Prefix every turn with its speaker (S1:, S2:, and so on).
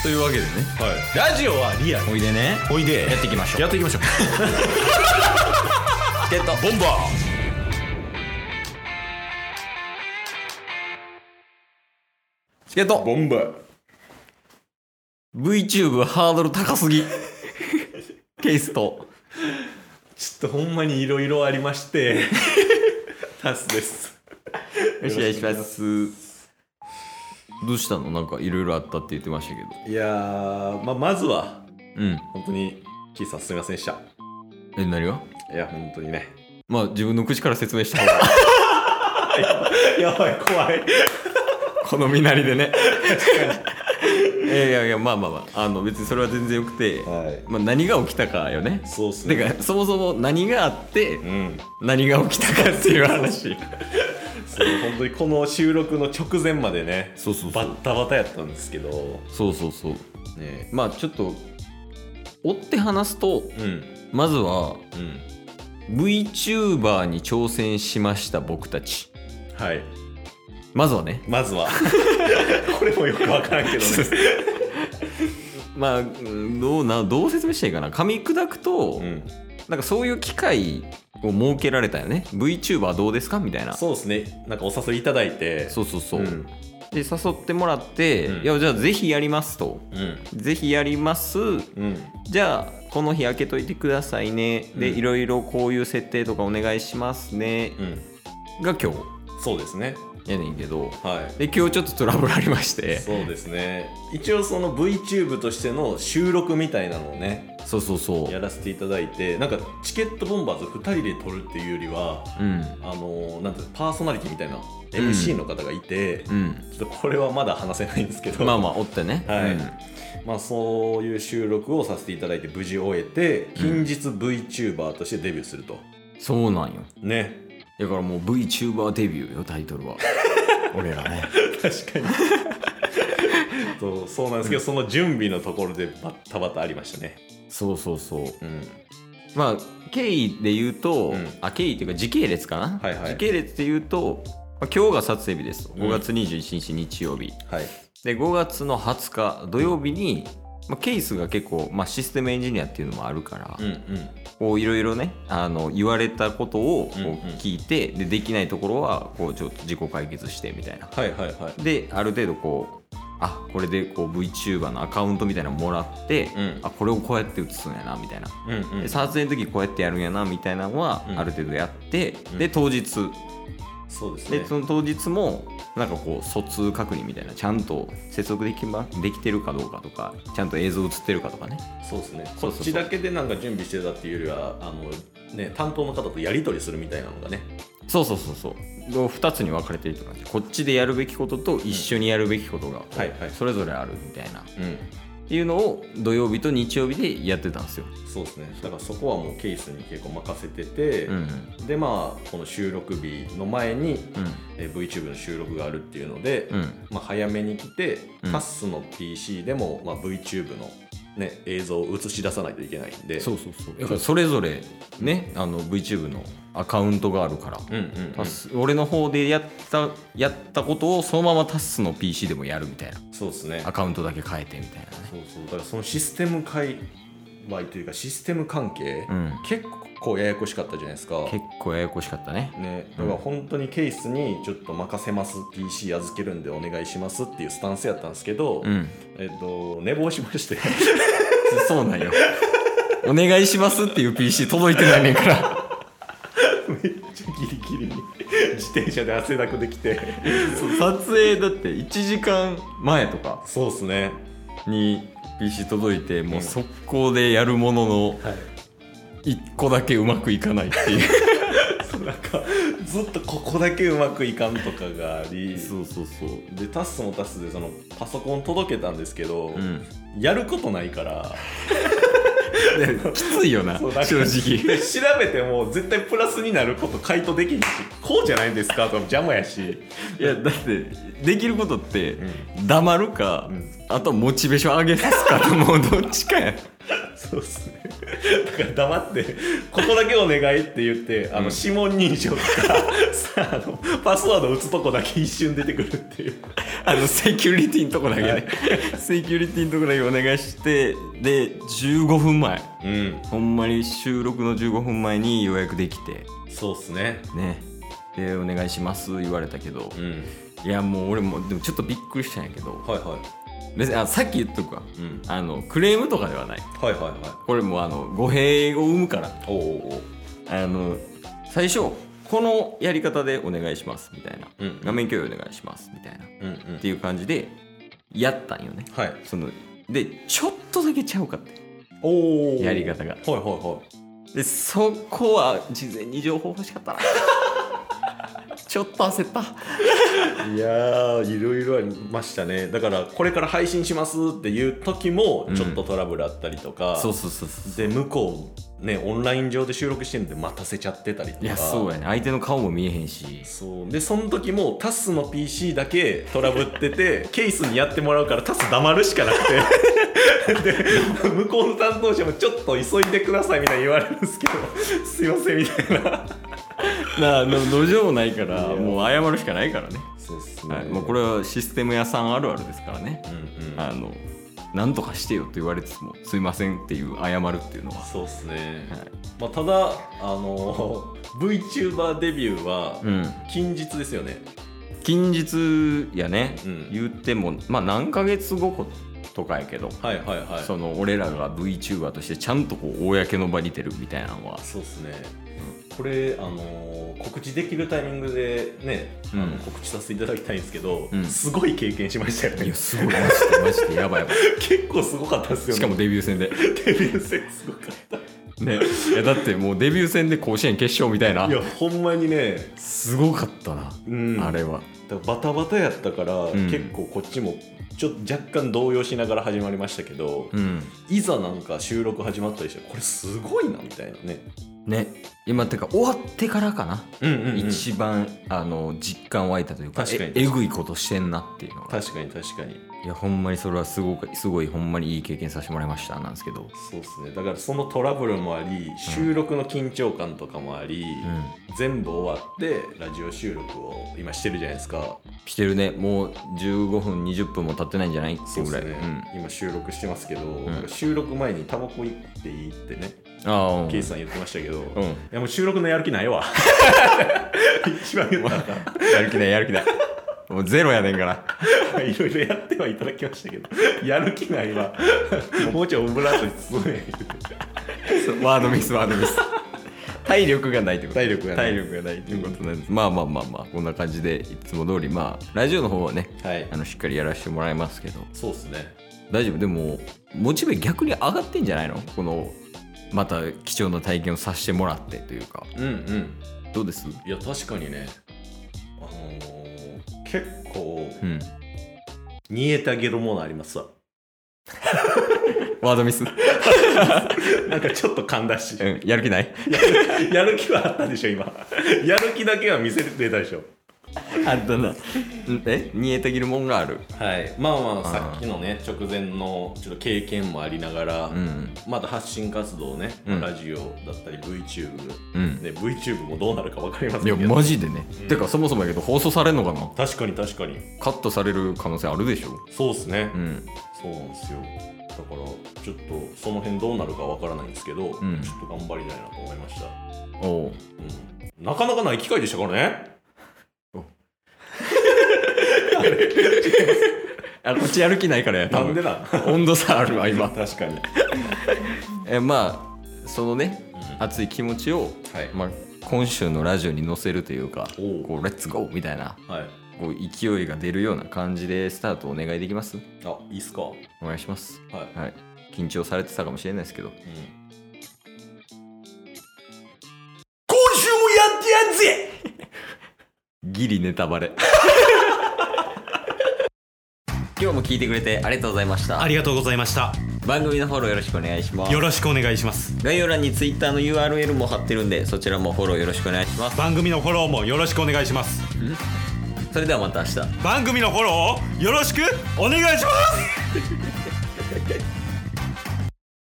S1: というわけでね、
S2: はい、ラジオはリアル。
S1: おいでね、
S2: おいで
S1: やっていきましょう。
S2: やっていきましょう
S1: チケット
S2: ボンバー。
S1: チケット
S2: ボンバー。
S1: VTube ハードル高すぎケースと
S2: ちょっとほんまにいろいろありましてタスです。
S1: よろしくお願いします。どうしたの？なんかいろいろあったって言ってましたけど。
S2: いやー、まずは
S1: うん。
S2: 本当にキーさんすみませんでした。
S1: 何が？
S2: いや本当にね、
S1: まあ自分の口から説明した方が
S2: やばい怖い
S1: この身なりでねいやまあ別にそれは全然よくて、
S2: はい、
S1: まあ、何が起きたかよね。
S2: そうっすね。
S1: てかそもそも何があって
S2: うん
S1: 何が起きたかっていう話
S2: そう本当にこの収録の直前までね、
S1: そう
S2: バッタバタやったんですけど
S1: そう
S2: ね。
S1: まあちょっと追って話すと、
S2: うん
S1: まずは
S2: うん
S1: VTuber に挑戦しました僕たち。
S2: はい、
S1: まずはね、
S2: まずはこれもよくわからんけどね
S1: まあどう説明したらいいかな。噛み砕くと、
S2: うん
S1: なんかそういう機会を設けられたよね。 VTuber どうですかみたいな。
S2: そうですね。なんかお誘いいただいて、
S1: そう、
S2: うん
S1: で誘ってもらって、
S2: うん
S1: いやじゃあぜひやりますと、
S2: うん
S1: ぜひやります、
S2: うん
S1: じゃあこの日開けといてくださいね、で
S2: うん
S1: いろいろこういう設定とかお願いしますね、が今日
S2: そうですね。
S1: やねんけど、
S2: はい。
S1: で今日ちょっとトラブルありまして
S2: そうですね。一応その VTube としての収録みたいなのをね
S1: そう
S2: やらせていただいて、なんかチケットボンバーズ2人で撮るっていうよりは、なんていうのパーソナリティみたいな MC の方がいて、ちょっとこれはまだ話せないんですけど、
S1: まあおってね、
S2: はい、まあそういう収録をさせていただいて無事終えて、近日 VTuber としてデビューすると、
S1: そうなんよ。
S2: ね。
S1: だからもう VTuber デビューよタイトルは俺らね
S2: 確かにそうなんですけど、その準備のところでバッタバタありましたね。
S1: そう、
S2: うん
S1: まあ経緯で言うと、経緯っていうか時系列かな、
S2: はいはい
S1: 時系列で言うと、まあ、今日が撮影日です。5月21日日曜日、
S2: はい
S1: で5月の20日土曜日に、まあ、ケースが結構、まあ、システムエンジニアっていうのもあるから、こういろいろね言われたことをこう聞いて、できないところはこうちょっと自己解決してみたいな、である程度こうこれでこう VTuber のアカウントみたいなのもらって、これをこうやって映すんやなみたいな、で撮影の時こうやってやるんやなみたいなのはある程度やって、で当日、
S2: そうですね。
S1: でその当日もなんかこう疎通確認みたいな、ちゃんと接続できてるかどうかとか、ちゃんと映像映ってるかとかね。
S2: そうですね。
S1: そう
S2: こっちだけでなんか準備してたっていうよりは担当の方とやり取りするみたいなのがね。
S1: そう2つに分かれてるとか、こっちでやるべきことと一緒にやるべきことがそれぞれあるみたいな、っていうのを土曜日と日曜日でやってたんですよ。
S2: そうですね。だからそこはもうケースに結構任せてて、でまあこの収録日の前に、VTube の収録があるっていうので、まあ、早めに来て、タスの PC でも、まあ、VTube のね、映像を映し出さないといけないんで、
S1: だからそれぞれねVTube のアカウントがあるから、俺の方でやったことをそのままタスの PC でもやるみたいな。
S2: そうですね。
S1: アカウントだけ変えてみたいなね。
S2: だからそのシステム界隈というかシステム関係、結構ややこしかったじゃないですか。
S1: 結構ややこしかったね。
S2: だから本当にケースにちょっと任せます、PC 預けるんでお願いしますっていうスタンスやったんですけど、寝坊しまして
S1: そうなんよお願いしますっていう PC 届いてないねんから
S2: めっちゃギリギリに自転車で汗だくできて
S1: 撮影だって1時間前とか
S2: そうっすね
S1: に PC 届いて、もう速攻でやるものの1個だけうまくいかないっていう
S2: なんかずっとここだけうまくいかんとかがあり、でタスもタスでそのパソコン届けたんですけど、やることないから
S1: きついよな正直。
S2: で調べても絶対プラスになること回答できんし、こうじゃないんですかとか邪魔やし、
S1: いやだってできることって黙るか、あとモチベーション上げさすかともうどっちかや
S2: そうっすね。だから黙ってここだけお願いって言って指紋認証とかさパスワード打つとこだけ一瞬出てくるっていう
S1: セキュリティのとこだけ、ね、セキュリティのとこだけお願いしてで15分前、ほんまに収録の15分前に予約できて
S2: そうっすね
S1: でお願いします言われたけど、いやもう俺もでもちょっとびっくりしたんやけど、別にさっき言っとくわ、クレームとかではない、これも語弊を生むから最初このやり方でお願いしますみたいな、画面共有お願いしますみたいな、っていう感じでやったんよね、でちょっとだけちゃうかってやり方が、でそこは事前に情報欲しかったなちょっと焦った
S2: いやいろいろありましたね。だからこれから配信しますっていう時もちょっとトラブルあったりとか、で向こうねオンライン上で収録してるんで待たせちゃってたりとか、
S1: いやそうやね、相手の顔も見えへんし、
S2: そうでその時もタスの PC だけトラブっててケースにやってもらうからタス黙るしかなくてで向こうの担当者もちょっと急いでくださいみたいに言われるんですけどすいませんみたいな
S1: 土壌ないからもう謝るしかないからね。
S2: そうっすね、
S1: もうこれはシステム屋さんあるあるですからね、なんとかしてよと言われつつもすいませんっていう謝るっていうのは
S2: そうっすね、ただVTuber デビューは近日ですよね、
S1: 近日やね、言っても何ヶ月後とかやけど、その俺らが VTuber としてちゃんとこう公の場に出るみたいなのは
S2: そうっすね、これ告知できるタイミングでね、告知させていただきたいんですけど、すごい経験しましたよね。
S1: いやすごいマジでやばい
S2: 結構すごかったですよね。
S1: しかもデビュー戦で
S2: デビュー戦すごかった
S1: ね。いやだってもうデビュー戦で甲子園決勝みたいな、
S2: いやほんまにね
S1: すごかったな、あれは
S2: だからバタバタやったから、結構こっちもちょっと若干動揺しながら始まりましたけど、いざなんか収録始まったりしてこれすごいなみたいなね
S1: 今ってか終わってからかな、一番実感湧いたというか、えぐいことしてんなっていうのが
S2: 確かに
S1: いやほんまにそれはすごいほんまにいい経験させてもらいましたなんですけど、
S2: そうですね、だからそのトラブルもあり収録の緊張感とかもあり、全部終わってラジオ収録を今してるじゃないですか。
S1: してるね。もう15分20分も経ってないんじゃないっていうぐらい、
S2: 今収録してますけど、収録前にタバコ行っていいってねケイさん言ってましたけど、いやもう収録のやる気ないわ一番言ったから
S1: やる気ないもうゼロやねんから
S2: いろいろやってはいただきましたけどやる気ないわもうちょいオブラートに包め
S1: ワードミス体力がないってこと。
S2: 体力がない
S1: っていうことなんです。まあこんな感じでいつも通りラジオの方はね、しっかりやらせてもらいますけど。
S2: そうですね。
S1: 大丈夫。でもモチベ逆に上がってんじゃないの、このまた貴重な体験をさせてもらってというか。どうです？
S2: いや確かにね、結構、煮えてあげるものありますわ
S1: ワードミス
S2: なんかちょっと噛んだし、
S1: やる気ない
S2: やる気はあったでしょ今やる気だけは見せてたでしょ
S1: あったな。煮えたぎるもんがある。
S2: さっきのね直前のちょっと経験もありながら、まだ発信活動ね、ラジオだったり VTube、VTube もどうなるか分かりませんけど。
S1: いやマジでね、てかそもそもやけど放送されるのかな。
S2: 確かにカ
S1: ットされる可能性あるでしょ。
S2: そうっすね、そうなんですよ。だからちょっとその辺どうなるか分からないんですけど、ちょっと頑張りたいなと思いました。なかなかない機会でしたからね
S1: こっちやる気ないからや。
S2: なんでな
S1: 温度差あるわ今
S2: 確かに
S1: そのね、熱い気持ちを、今週のラジオに載せるというか、こうレッツゴーみたいな、こう勢いが出るような感じでスタートお願いできます？
S2: いいっすか。
S1: お願いします。緊張されてたかもしれないですけど、
S2: 今週もやってやんぜ
S1: ギリネタバレ今日も聞いてくれてありがとうございました。
S3: ありがとうございました。
S1: 番組のフォローよろしくお願いします。
S3: よろしくお願いします。
S1: 概要欄に Twitter の URL も貼ってるんで、そちらもフォローよろしくお願いします。
S3: 番組のフォローもよろしくお願いします。
S1: それではまた明日。
S3: 番組のフォローをよろしくお願いします